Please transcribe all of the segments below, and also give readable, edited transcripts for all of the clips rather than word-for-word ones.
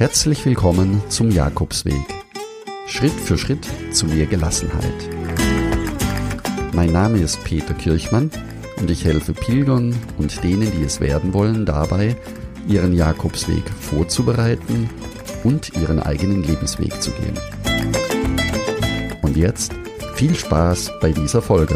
Herzlich willkommen zum Jakobsweg. Schritt für Schritt zu mehr Gelassenheit. Mein Name ist Peter Kirchmann und ich helfe Pilgern und denen, die es werden wollen, dabei, ihren Jakobsweg vorzubereiten und ihren eigenen Lebensweg zu gehen. Und jetzt viel Spaß bei dieser Folge.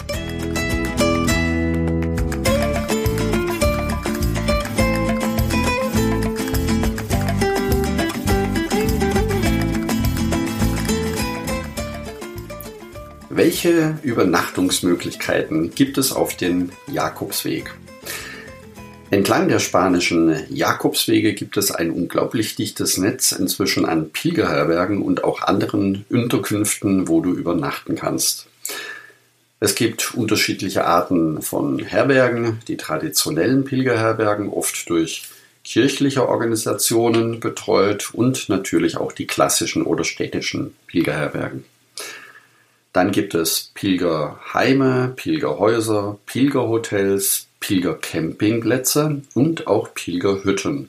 Welche Übernachtungsmöglichkeiten gibt es auf dem Jakobsweg? Entlang der spanischen Jakobswege gibt es ein unglaublich dichtes Netz inzwischen an Pilgerherbergen und auch anderen Unterkünften, wo du übernachten kannst. Es gibt unterschiedliche Arten von Herbergen, die traditionellen Pilgerherbergen, oft durch kirchliche Organisationen betreut, und natürlich auch die klassischen oder städtischen Pilgerherbergen. Dann gibt es Pilgerheime, Pilgerhäuser, Pilgerhotels, Pilgercampingplätze und auch Pilgerhütten.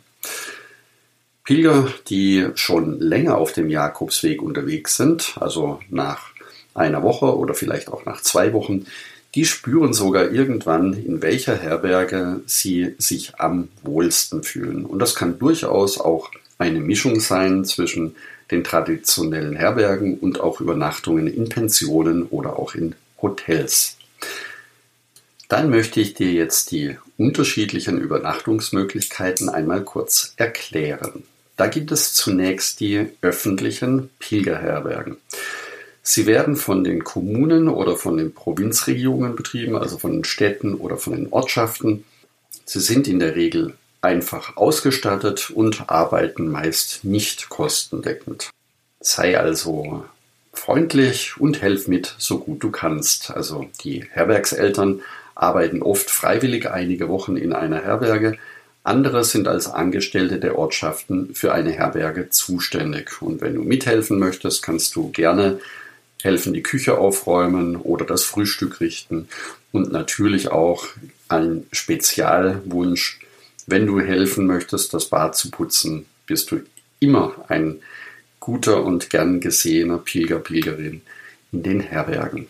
Pilger, die schon länger auf dem Jakobsweg unterwegs sind, also nach einer Woche oder vielleicht auch nach 2 Wochen, die spüren sogar irgendwann, in welcher Herberge sie sich am wohlsten fühlen. Und das kann durchaus auch eine Mischung sein zwischen den traditionellen Herbergen und auch Übernachtungen in Pensionen oder auch in Hotels. Dann möchte ich dir jetzt die unterschiedlichen Übernachtungsmöglichkeiten einmal kurz erklären. Da gibt es zunächst die öffentlichen Pilgerherbergen. Sie werden von den Kommunen oder von den Provinzregionen betrieben, also von den Städten oder von den Ortschaften. Sie sind in der Regel einfach ausgestattet und arbeiten meist nicht kostendeckend. Sei also freundlich und helf mit, so gut du kannst. Also die Herbergseltern arbeiten oft freiwillig einige Wochen in einer Herberge. Andere sind als Angestellte der Ortschaften für eine Herberge zuständig. Und wenn du mithelfen möchtest, kannst du gerne helfen, die Küche aufräumen oder das Frühstück richten. Und natürlich auch ein Spezialwunsch: Wenn du helfen möchtest, das Bad zu putzen, bist du immer ein guter und gern gesehener Pilger, Pilgerin in den Herbergen.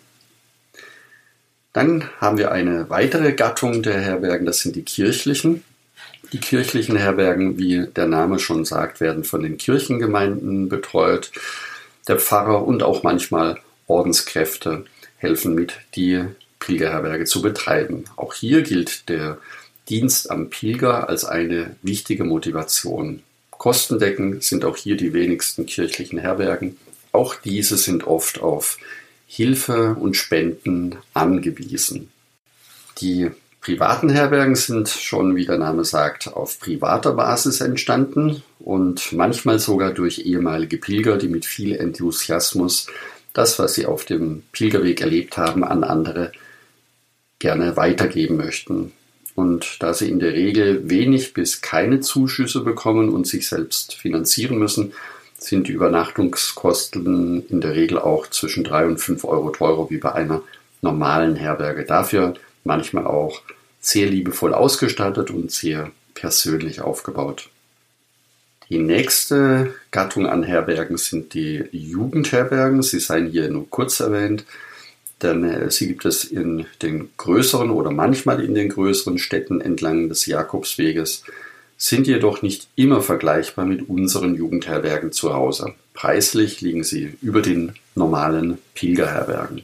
Dann haben wir eine weitere Gattung der Herbergen, das sind die kirchlichen. Die kirchlichen Herbergen, wie der Name schon sagt, werden von den Kirchengemeinden betreut. Der Pfarrer und auch manchmal Ordenskräfte helfen mit, die Pilgerherberge zu betreiben. Auch hier gilt der Dienst am Pilger als eine wichtige Motivation. Kostendeckend sind auch hier die wenigsten kirchlichen Herbergen. Auch diese sind oft auf Hilfe und Spenden angewiesen. Die privaten Herbergen sind schon, wie der Name sagt, auf privater Basis entstanden und manchmal sogar durch ehemalige Pilger, die mit viel Enthusiasmus das, was sie auf dem Pilgerweg erlebt haben, an andere gerne weitergeben möchten. Und da sie in der Regel wenig bis keine Zuschüsse bekommen und sich selbst finanzieren müssen, sind die Übernachtungskosten in der Regel auch zwischen 3 und 5 Euro teurer wie bei einer normalen Herberge. Dafür manchmal auch sehr liebevoll ausgestattet und sehr persönlich aufgebaut. Die nächste Gattung an Herbergen sind die Jugendherbergen. Sie seien hier nur kurz erwähnt. Denn sie gibt es in den größeren oder manchmal in den größeren Städten entlang des Jakobsweges, sind jedoch nicht immer vergleichbar mit unseren Jugendherbergen zu Hause. Preislich liegen sie über den normalen Pilgerherbergen.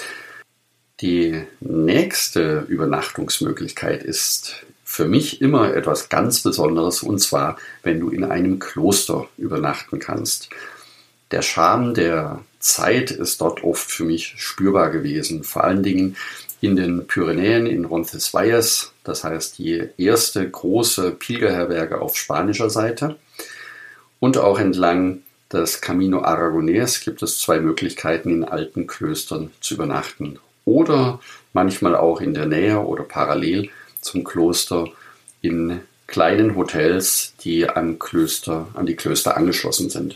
Die nächste Übernachtungsmöglichkeit ist für mich immer etwas ganz Besonderes, und zwar, wenn du in einem Kloster übernachten kannst. Der Charme der Zeit ist dort oft für mich spürbar gewesen, vor allen Dingen in den Pyrenäen in Roncesvalles, das heißt die erste große Pilgerherberge auf spanischer Seite, und auch entlang des Camino Aragonés gibt es 2 Möglichkeiten, in alten Klöstern zu übernachten oder manchmal auch in der Nähe oder parallel zum Kloster in kleinen Hotels, die an die Klöster angeschlossen sind.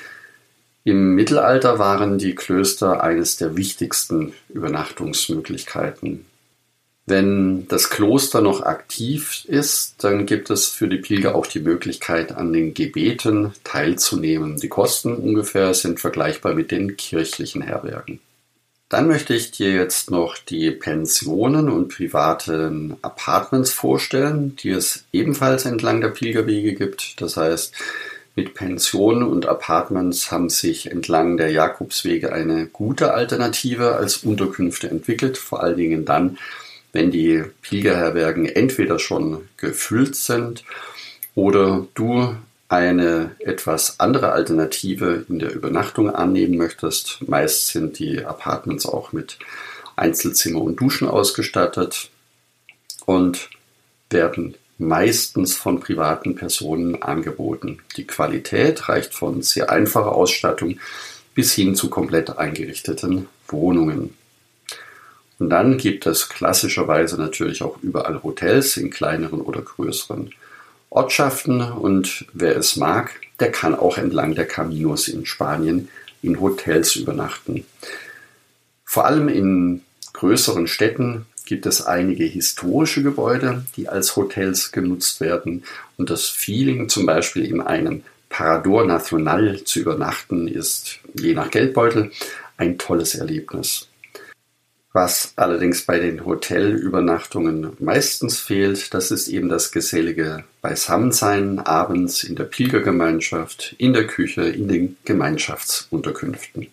Im Mittelalter waren die Klöster eines der wichtigsten Übernachtungsmöglichkeiten. Wenn das Kloster noch aktiv ist, dann gibt es für die Pilger auch die Möglichkeit, an den Gebeten teilzunehmen. Die Kosten ungefähr sind vergleichbar mit den kirchlichen Herbergen. Dann möchte ich dir jetzt noch die Pensionen und privaten Apartments vorstellen, die es ebenfalls entlang der Pilgerwege gibt. Das heißt, mit Pensionen und Apartments haben sich entlang der Jakobswege eine gute Alternative als Unterkünfte entwickelt, vor allen Dingen dann, wenn die Pilgerherbergen entweder schon gefüllt sind oder du eine etwas andere Alternative in der Übernachtung annehmen möchtest. Meist sind die Apartments auch mit Einzelzimmer und Duschen ausgestattet und werden meistens von privaten Personen angeboten. Die Qualität reicht von sehr einfacher Ausstattung bis hin zu komplett eingerichteten Wohnungen. Und dann gibt es klassischerweise natürlich auch überall Hotels in kleineren oder größeren Ortschaften. Und wer es mag, der kann auch entlang der Caminos in Spanien in Hotels übernachten. Vor allem in größeren Städten gibt es einige historische Gebäude, die als Hotels genutzt werden. Und das Feeling, zum Beispiel in einem Parador Nacional zu übernachten, ist je nach Geldbeutel ein tolles Erlebnis. Was allerdings bei den Hotelübernachtungen meistens fehlt, das ist eben das gesellige Beisammensein abends in der Pilgergemeinschaft, in der Küche, in den Gemeinschaftsunterkünften.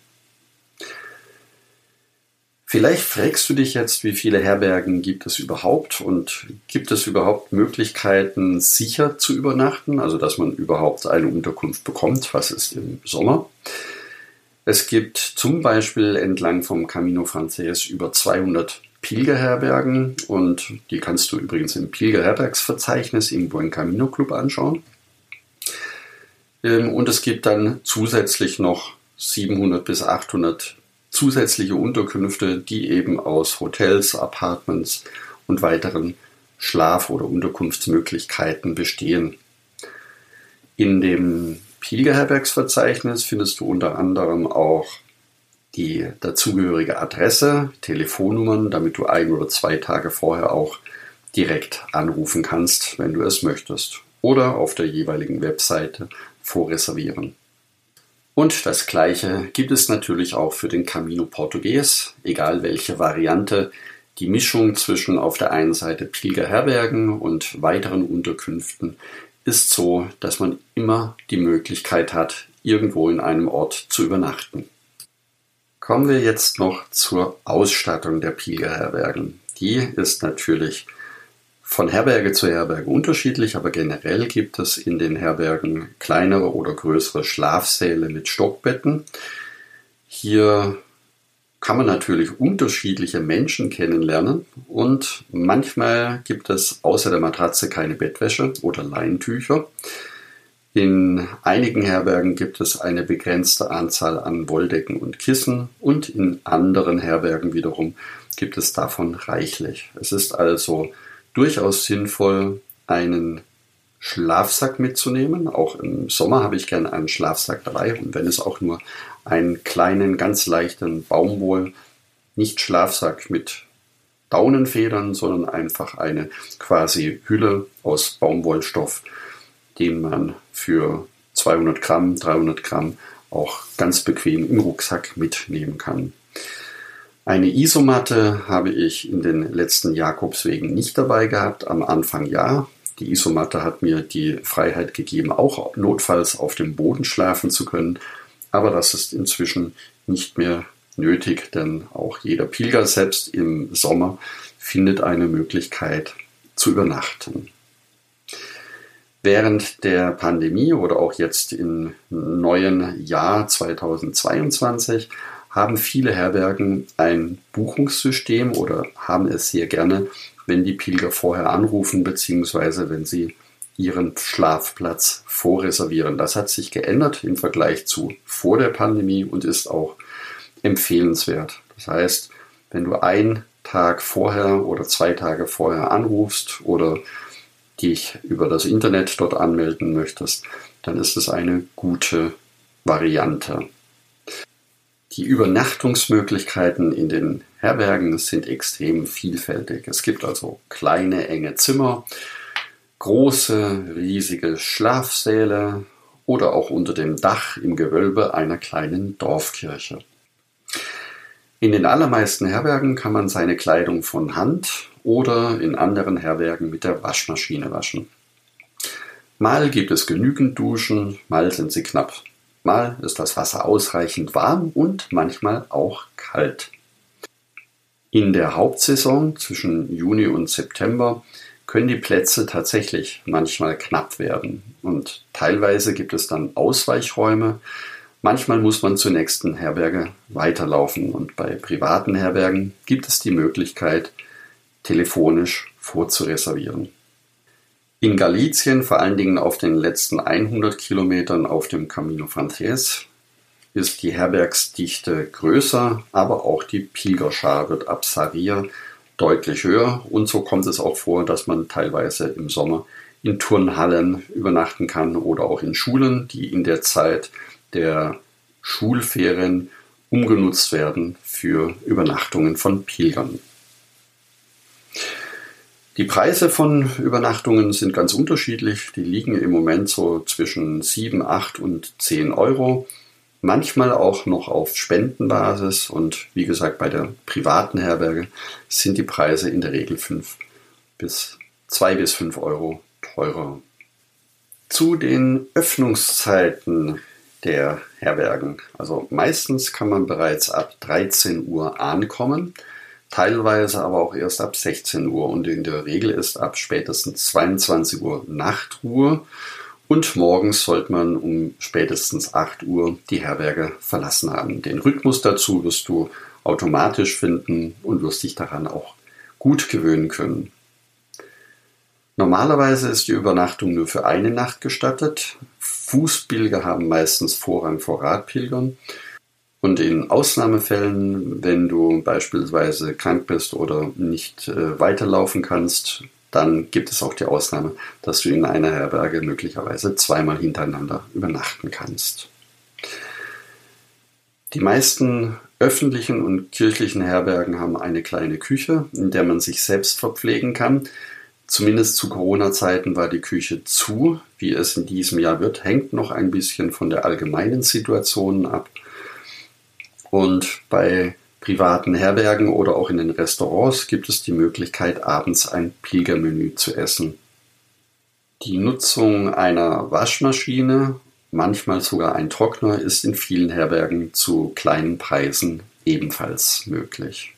Vielleicht fragst du dich jetzt, wie viele Herbergen gibt es überhaupt und gibt es überhaupt Möglichkeiten, sicher zu übernachten, also dass man überhaupt eine Unterkunft bekommt, was ist im Sommer? Es gibt zum Beispiel entlang vom Camino Frances über 200 Pilgerherbergen und die kannst du übrigens im Pilgerherbergsverzeichnis im Buen Camino Club anschauen. Und es gibt dann zusätzlich noch 700 bis 800 zusätzliche Unterkünfte, die eben aus Hotels, Apartments und weiteren Schlaf- oder Unterkunftsmöglichkeiten bestehen. In dem Pilgerherbergsverzeichnis findest du unter anderem auch die dazugehörige Adresse, Telefonnummern, damit du 1 oder 2 Tage vorher auch direkt anrufen kannst, wenn du es möchtest. Oder auf der jeweiligen Webseite vorreservieren. Und das Gleiche gibt es natürlich auch für den Camino Portugues, egal welche Variante. Die Mischung zwischen auf der einen Seite Pilgerherbergen und weiteren Unterkünften ist so, dass man immer die Möglichkeit hat, irgendwo in einem Ort zu übernachten. Kommen wir jetzt noch zur Ausstattung der Pilgerherbergen. Die ist natürlich von Herberge zu Herberge unterschiedlich, aber generell gibt es in den Herbergen kleinere oder größere Schlafsäle mit Stockbetten. Hier kann man natürlich unterschiedliche Menschen kennenlernen und manchmal gibt es außer der Matratze keine Bettwäsche oder Leintücher. In einigen Herbergen gibt es eine begrenzte Anzahl an Wolldecken und Kissen und in anderen Herbergen wiederum gibt es davon reichlich. Es ist also durchaus sinnvoll, einen Schlafsack mitzunehmen. Auch im Sommer habe ich gerne einen Schlafsack dabei und wenn es auch nur einen kleinen, ganz leichten Baumwoll, nicht Schlafsack mit Daunenfedern, sondern einfach eine quasi Hülle aus Baumwollstoff, den man für 200 Gramm, 300 Gramm auch ganz bequem im Rucksack mitnehmen kann. Eine Isomatte habe ich in den letzten Jakobswegen nicht dabei gehabt, am Anfang ja. Die Isomatte hat mir die Freiheit gegeben, auch notfalls auf dem Boden schlafen zu können. Aber das ist inzwischen nicht mehr nötig, denn auch jeder Pilger, selbst im Sommer, findet eine Möglichkeit zu übernachten. Während der Pandemie oder auch jetzt im neuen Jahr 2022 haben viele Herbergen ein Buchungssystem oder haben es sehr gerne, wenn die Pilger vorher anrufen bzw. wenn sie ihren Schlafplatz vorreservieren. Das hat sich geändert im Vergleich zu vor der Pandemie und ist auch empfehlenswert. Das heißt, wenn du einen Tag vorher oder 2 Tage vorher anrufst oder dich über das Internet dort anmelden möchtest, dann ist es eine gute Variante. Die Übernachtungsmöglichkeiten in den Herbergen sind extrem vielfältig. Es gibt also kleine, enge Zimmer, große, riesige Schlafsäle oder auch unter dem Dach im Gewölbe einer kleinen Dorfkirche. In den allermeisten Herbergen kann man seine Kleidung von Hand oder in anderen Herbergen mit der Waschmaschine waschen. Mal gibt es genügend Duschen, mal sind sie knapp. Mal ist das Wasser ausreichend warm und manchmal auch kalt. In der Hauptsaison zwischen Juni und September können die Plätze tatsächlich manchmal knapp werden und teilweise gibt es dann Ausweichräume. Manchmal muss man zur nächsten Herberge weiterlaufen und bei privaten Herbergen gibt es die Möglichkeit, telefonisch vorzureservieren. In Galicien, vor allen Dingen auf den letzten 100 Kilometern auf dem Camino Frances, ist die Herbergsdichte größer, aber auch die Pilgerschar wird ab Sarria deutlich höher und so kommt es auch vor, dass man teilweise im Sommer in Turnhallen übernachten kann oder auch in Schulen, die in der Zeit der Schulferien umgenutzt werden für Übernachtungen von Pilgern. Die Preise von Übernachtungen sind ganz unterschiedlich. Die liegen im Moment so zwischen 7, 8 und 10 Euro. Manchmal auch noch auf Spendenbasis und wie gesagt bei der privaten Herberge sind die Preise in der Regel 2 bis 5 Euro teurer. Zu den Öffnungszeiten der Herbergen. Also meistens kann man bereits ab 13 Uhr ankommen, teilweise aber auch erst ab 16 Uhr und in der Regel ist ab spätestens 22 Uhr Nachtruhe und morgens sollte man um spätestens 8 Uhr die Herberge verlassen haben. Den Rhythmus dazu wirst du automatisch finden und wirst dich daran auch gut gewöhnen können. Normalerweise ist die Übernachtung nur für eine Nacht gestattet. Fußpilger haben meistens Vorrang vor Radpilgern. Und in Ausnahmefällen, wenn du beispielsweise krank bist oder nicht weiterlaufen kannst, dann gibt es auch die Ausnahme, dass du in einer Herberge möglicherweise zweimal hintereinander übernachten kannst. Die meisten öffentlichen und kirchlichen Herbergen haben eine kleine Küche, in der man sich selbst verpflegen kann. Zumindest zu Corona-Zeiten war die Küche zu. Wie es in diesem Jahr wird, hängt noch ein bisschen von der allgemeinen Situation ab. Und bei privaten Herbergen oder auch in den Restaurants gibt es die Möglichkeit, abends ein Pilgermenü zu essen. Die Nutzung einer Waschmaschine, manchmal sogar ein Trockner, ist in vielen Herbergen zu kleinen Preisen ebenfalls möglich.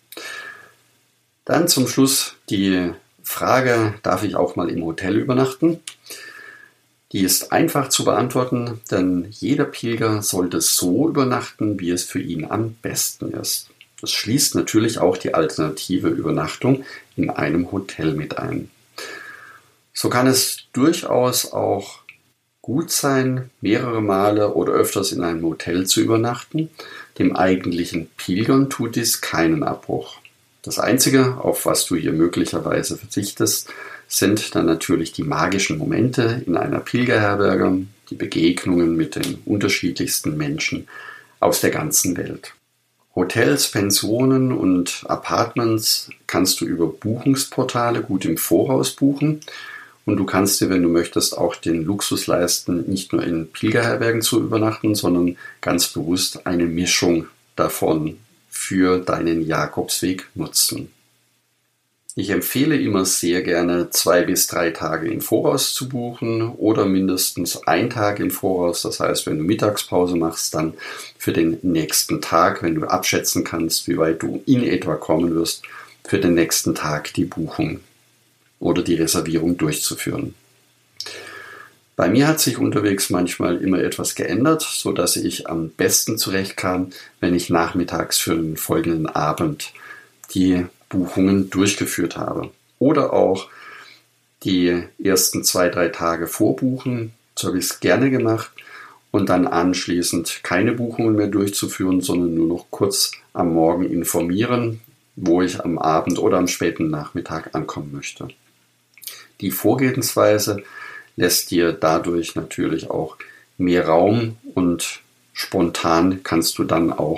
Dann zum Schluss die Frage, darf ich auch mal im Hotel übernachten? Die ist einfach zu beantworten, denn jeder Pilger sollte so übernachten, wie es für ihn am besten ist. Das schließt natürlich auch die alternative Übernachtung in einem Hotel mit ein. So kann es durchaus auch gut sein, mehrere Male oder öfters in einem Hotel zu übernachten. Dem eigentlichen Pilgern tut dies keinen Abbruch. Das Einzige, auf was du hier möglicherweise verzichtest, sind dann natürlich die magischen Momente in einer Pilgerherberge, die Begegnungen mit den unterschiedlichsten Menschen aus der ganzen Welt. Hotels, Pensionen und Apartments kannst du über Buchungsportale gut im Voraus buchen und du kannst dir, wenn du möchtest, auch den Luxus leisten, nicht nur in Pilgerherbergen zu übernachten, sondern ganz bewusst eine Mischung davon für deinen Jakobsweg nutzen. Ich empfehle immer sehr gerne 2 bis 3 Tage im Voraus zu buchen oder mindestens 1 Tag im Voraus. Das heißt, wenn du Mittagspause machst, dann für den nächsten Tag, wenn du abschätzen kannst, wie weit du in etwa kommen wirst, für den nächsten Tag die Buchung oder die Reservierung durchzuführen. Bei mir hat sich unterwegs manchmal immer etwas geändert, sodass ich am besten zurechtkam, wenn ich nachmittags für den folgenden Abend die Buchungen durchgeführt habe. Oder auch die ersten 2, 3 Tage vorbuchen, so habe ich es gerne gemacht und dann anschließend keine Buchungen mehr durchzuführen, sondern nur noch kurz am Morgen informieren, wo ich am Abend oder am späten Nachmittag ankommen möchte. Die Vorgehensweise lässt dir dadurch natürlich auch mehr Raum und spontan kannst du dann auch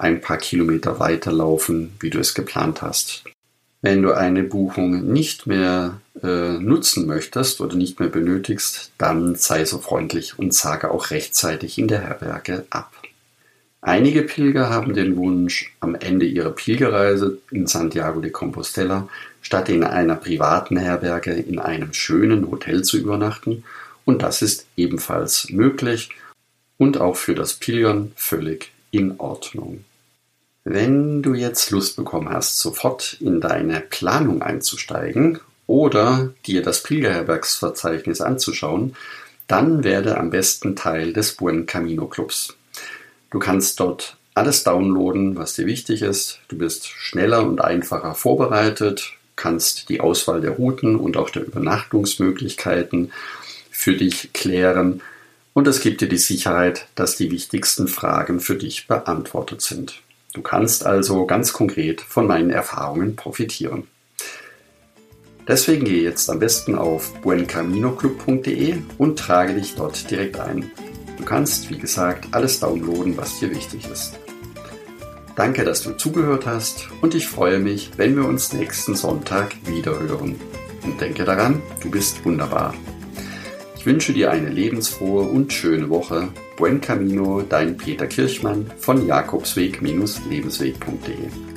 ein paar Kilometer weiterlaufen, wie du es geplant hast. Wenn du eine Buchung nicht mehr nutzen möchtest oder nicht mehr benötigst, dann sei so freundlich und sage auch rechtzeitig in der Herberge ab. Einige Pilger haben den Wunsch, am Ende ihrer Pilgerreise in Santiago de Compostela statt in einer privaten Herberge in einem schönen Hotel zu übernachten, und das ist ebenfalls möglich und auch für das Pilgern völlig in Ordnung. Wenn du jetzt Lust bekommen hast, sofort in deine Planung einzusteigen oder dir das Pilgerherbergsverzeichnis anzuschauen, dann werde am besten Teil des Buen Camino Clubs. Du kannst dort alles downloaden, was dir wichtig ist. Du bist schneller und einfacher vorbereitet, kannst die Auswahl der Routen und auch der Übernachtungsmöglichkeiten für dich klären, und es gibt dir die Sicherheit, dass die wichtigsten Fragen für dich beantwortet sind. Du kannst also ganz konkret von meinen Erfahrungen profitieren. Deswegen gehe jetzt am besten auf buencaminoclub.de und trage dich dort direkt ein. Du kannst, wie gesagt, alles downloaden, was dir wichtig ist. Danke, dass du zugehört hast, und ich freue mich, wenn wir uns nächsten Sonntag wiederhören. Und denke daran, du bist wunderbar. Ich wünsche dir eine lebensfrohe und schöne Woche. Buen Camino, dein Peter Kirchmann von Jakobsweg-lebensweg.de.